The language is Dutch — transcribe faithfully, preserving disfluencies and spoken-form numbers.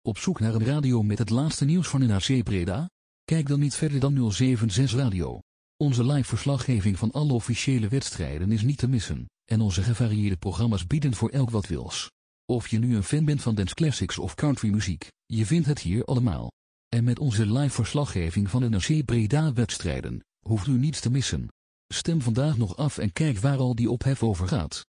Op zoek naar een radio met het laatste nieuws van N A C Breda? Kijk dan niet verder dan nul zeven zes Radio. Onze live verslaggeving van alle officiële wedstrijden is niet te missen, en onze gevarieerde programma's bieden voor elk wat wils. Of je nu een fan bent van dance classics of countrymuziek, je vindt het hier allemaal. En met onze live verslaggeving van de N A C Breda wedstrijden, hoeft u niets te missen. Stem vandaag nog af en kijk waar al die ophef over gaat.